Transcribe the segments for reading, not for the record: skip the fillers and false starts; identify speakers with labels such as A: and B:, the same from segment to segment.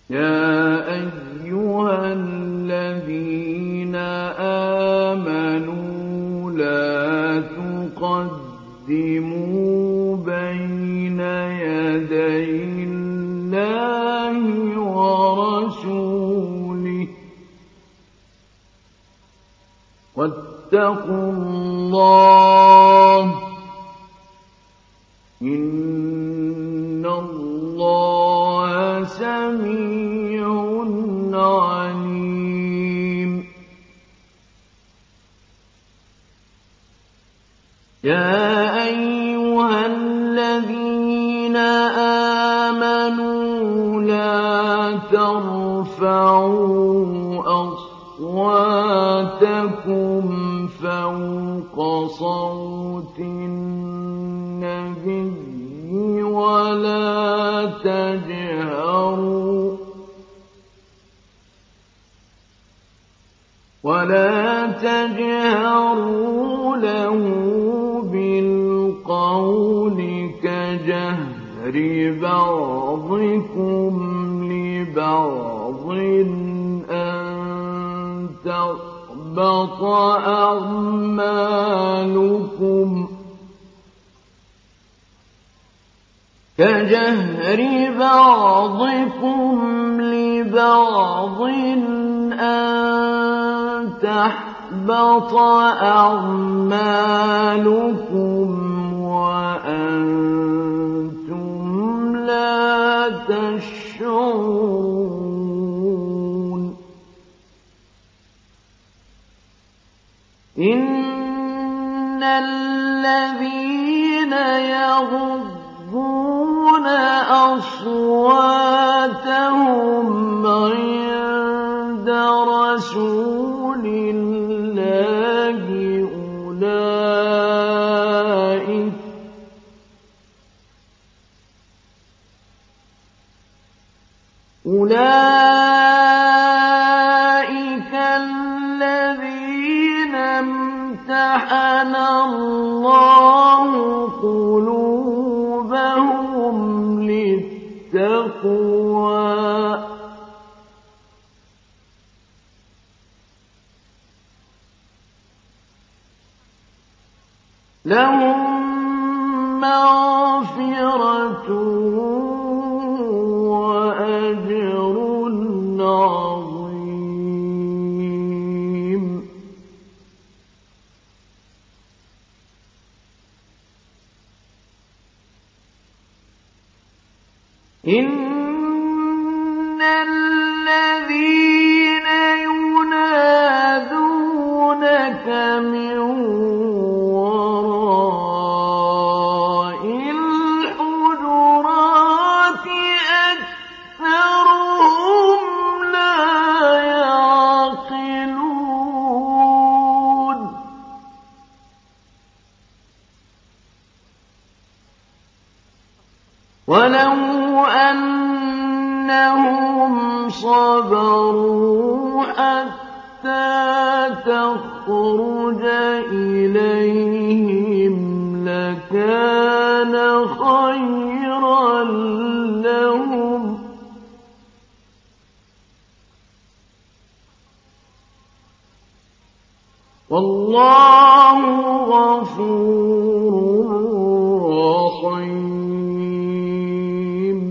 A: يَا أَيُّهَا الَّذِينَ آمَنُوا لَا تُقَدِّمُوا بَيْنَ يَدَيِ اللَّهِ وَرَسُولِهِ ۖ وَاتَّقُوا اللَّهَ ۚ إِنَّ اللَّهَ سَمِيعٌ عَلِيمٌ. يَا أَيُّهَا الَّذِينَ آمَنُوا لَا تَرْفَعُوا أَصْوَاتَكُمْ فَوْقَ صَوْتِ النَّبِيِّ وَلَا تَجْهَرُوا لَهُ بِالْقَوْلِ كَجَهْرِ بَعْضِكُمْ لِبَعْضٍ أَن تَحْبَطَ أَعْمَالُكُمْ وَأَنتُمْ لَا تَشْعُرُونَ. إِنَّ الَّذِينَ يَغُضُّونَ أَصْوَاتَهُمْ عِندَ رَسُولِ اللَّهِ أُولَٰئِكَ الَّذِينَ امْتَحَنَ اللَّهُ قُلُوبَهُمْ لِلتَّقْوَىٰ ۚ لَهُم مَّغْفِرَةٌ وَأَجْرٌ عَظِيمٌ. إِنَّ الَّذِينَ يُنَادُونَكَ مِن وَرَاءِ الْحُجُرَاتِ أَكْثَرُهُمْ لَا يَعْقِلُونَ. وَلَوْ أَنَّهُمْ صَبَرُوا حَتَّىٰ تَخْرُجَ إِلَيْهِمْ لَكَانَ خَيْرًا لَّهُمْ ۚ وَاللَّهُ غَفُورٌ رَّحِيمٌ.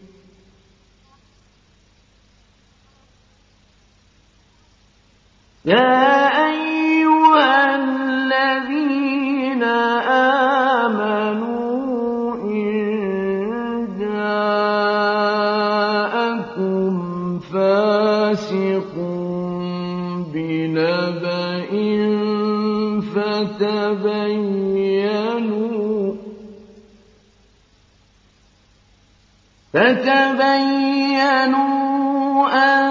A: يَا أَيُّهَا الَّذِينَ آمَنُوا إِن جَاءَكُمْ فَاسِقٌ بِنَبَإٍ فَتَبَيَّنُوا أَن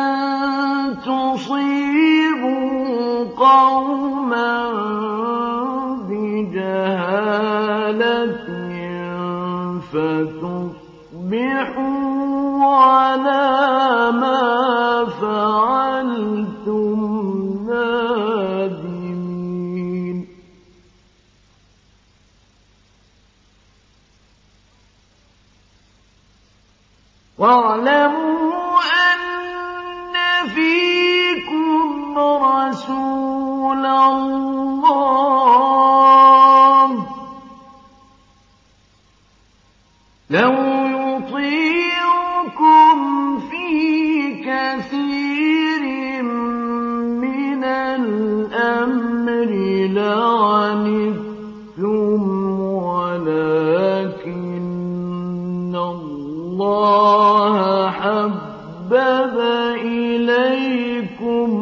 A: تُصِيبُوا قَوْمًا بِجَهَالَةٍ فَتُصْبِحُوا عَلَىٰ مَا فَعَلْتُمْ نَادِمِينَ. وَاعْلَمُوا حبب إليكم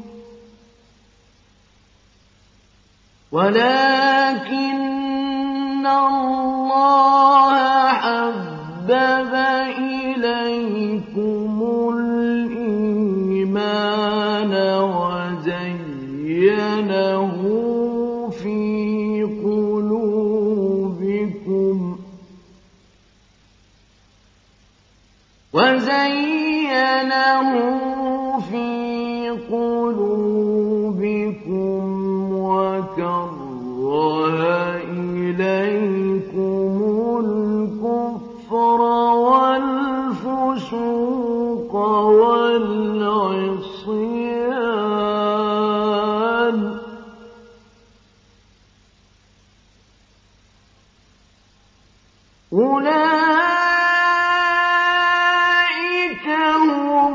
A: ولكن الله حبب إليكم الإيمان وزينه في قلوبكم وكره إليكم الكفر والفسوق والعصيان أولئك هم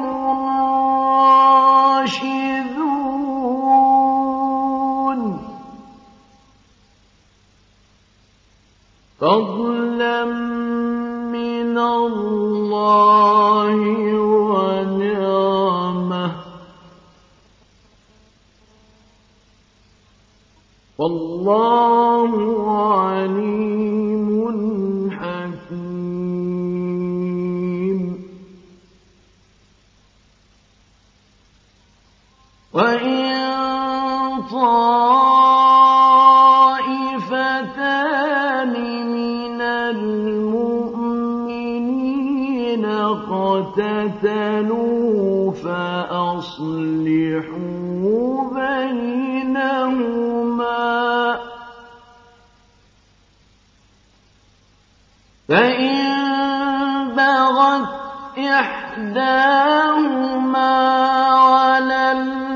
A: الراشدون فضلا من الله ونعمة والله عليم حكيم وإن طائفتان من المؤمنين اقتتلوا فأصلحوا بينهما فإن بغت إحداهما على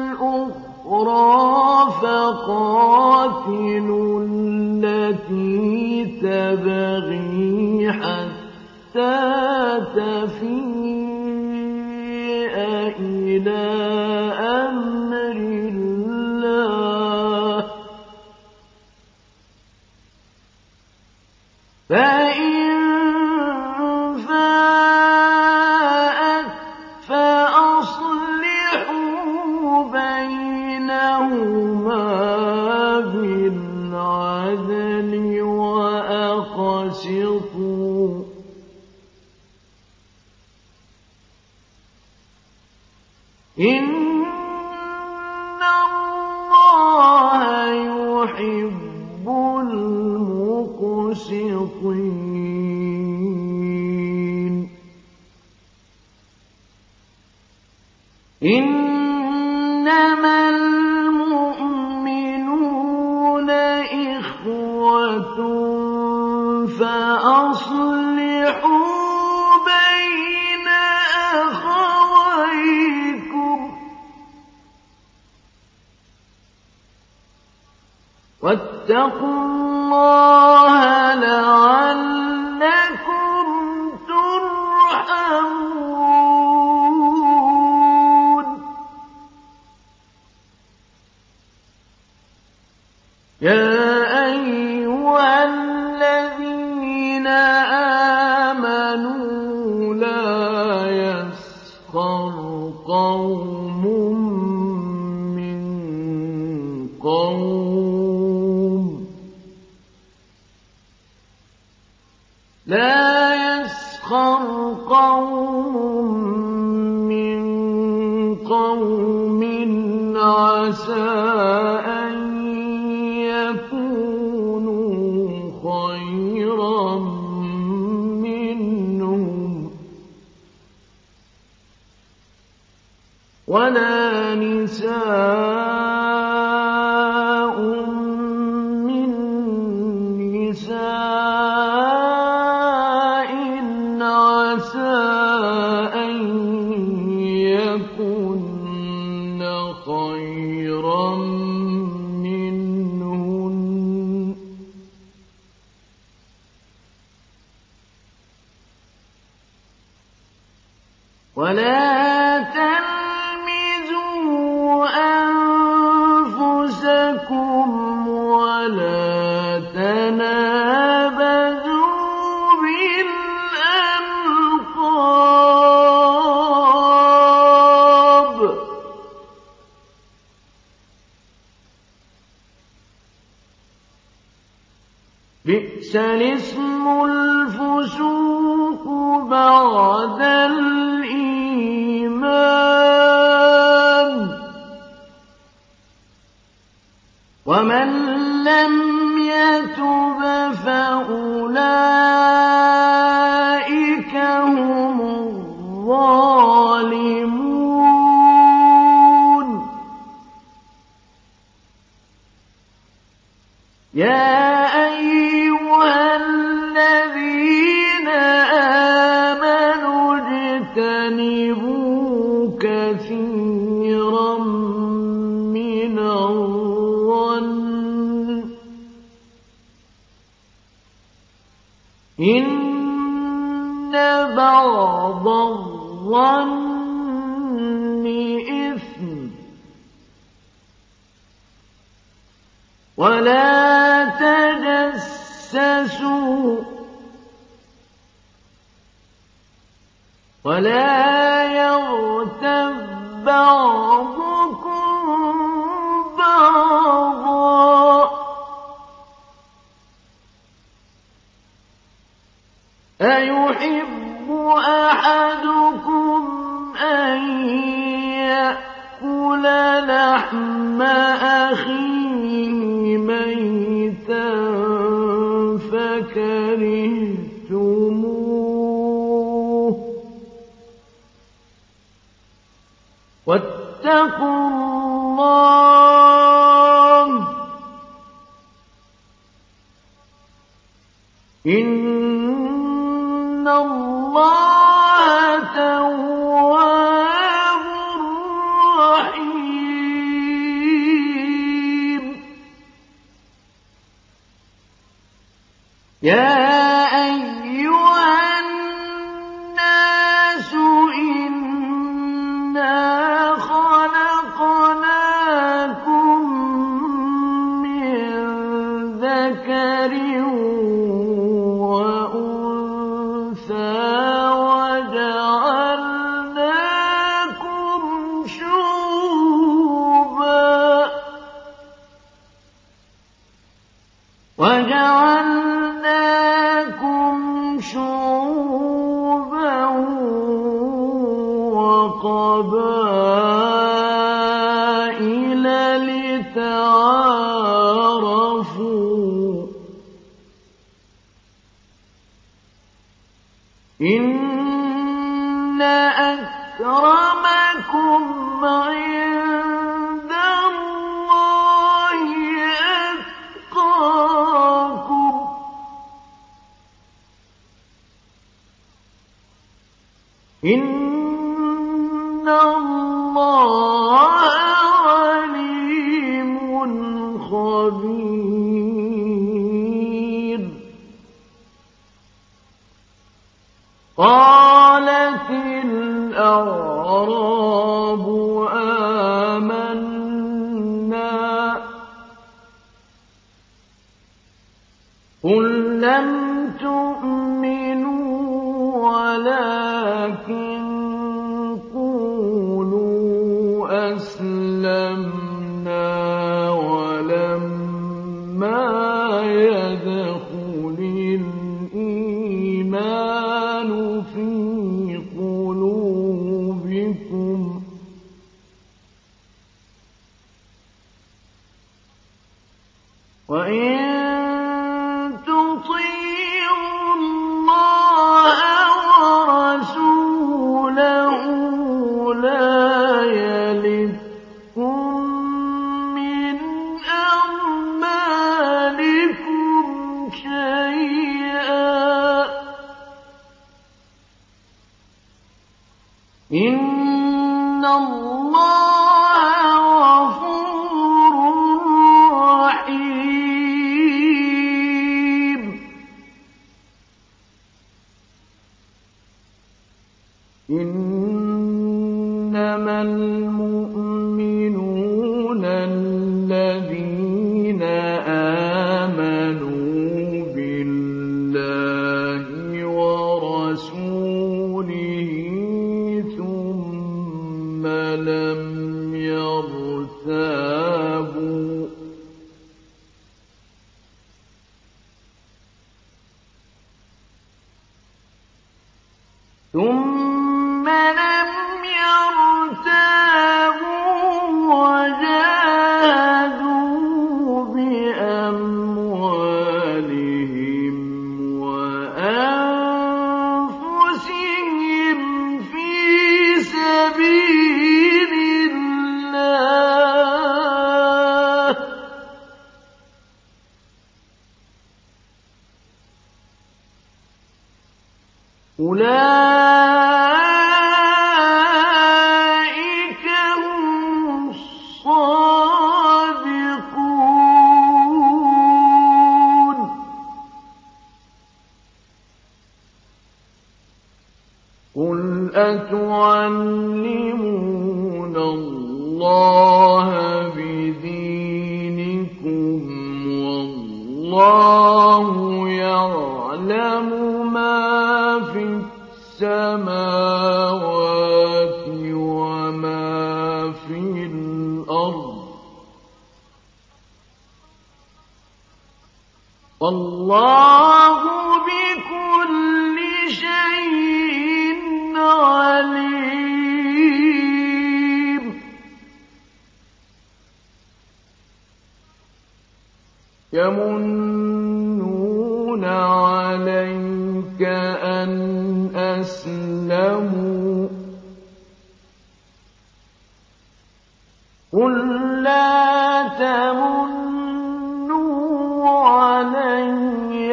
A: الأخرى فقاتلوا التي تبغي حتى تفيء إلى أمر الله فإن فاءت فأصلحوا بينهما بالعدل وأقسطوا إن الله يحب المقسطين إنما المؤمنون إخوة فأصلحوا بين أخويكم واتقوا الله لعلكم ترحمون يا أيها الذين آمنوا لا يسخر قوم من قوم لا يسخر قوم من قوم عسى أن يكونوا خيرا منهم ولا نساء من نساء عسى أن يكن خيرا منهن ولا تلمزوا أنفسكم ولا تنابزوا بالألقاب بئس الاسم الفسوق بعد الإيمان ومن لم يتب فأولئك هم الظالمون يا أيها الذين آمنوا اجتنبوا كثيرا من الظن إن بعض الظن إثم ولا تجسسوا ولا يغتب بعضكم بعضا أيحب أحدكم أن يأكل لحم أخيه ميتا فكرهتموه واتقوا الله إن الله تواب رحيم يا أيها الناس إنا خلقناكم من ذكر وأنثى وجعلناكم شعوبا وقبائل لتعارفوا إن أكرمكم عند الله أتقاكم إن الله عليم خبير قالت الأعراب آمنا قل لم تؤمنوا ولكن قولوا أسلمنا ولما يدخل الإيمان في قلوبكم وإن تطيعوا الله ورسوله لا يلدكم من أعمالكم شيئا إن الله غفور رحيم إنما المؤمنون الذين آمنوا بالله ورسوله ثم لم يرتابوا تعلمون الله بدينكم والله يعلم ما في السماوات وما في الأرض والله بكل شيء عليم. يمنون عليك أن أسلموا قل لا تمنوا علي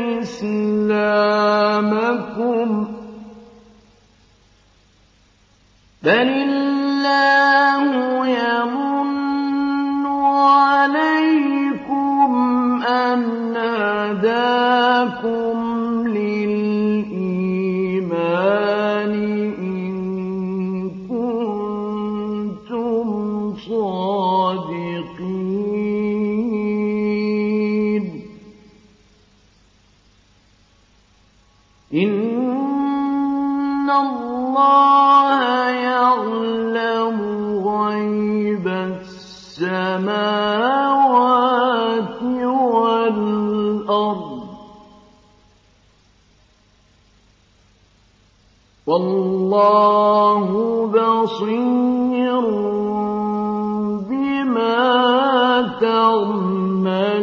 A: إسلامكم بل الله يمن عليكم أن هداكم للإيمان إن كنتم صادقين. إن الله يعلم غيب السماوات والأرض والله بصير بما تعملون.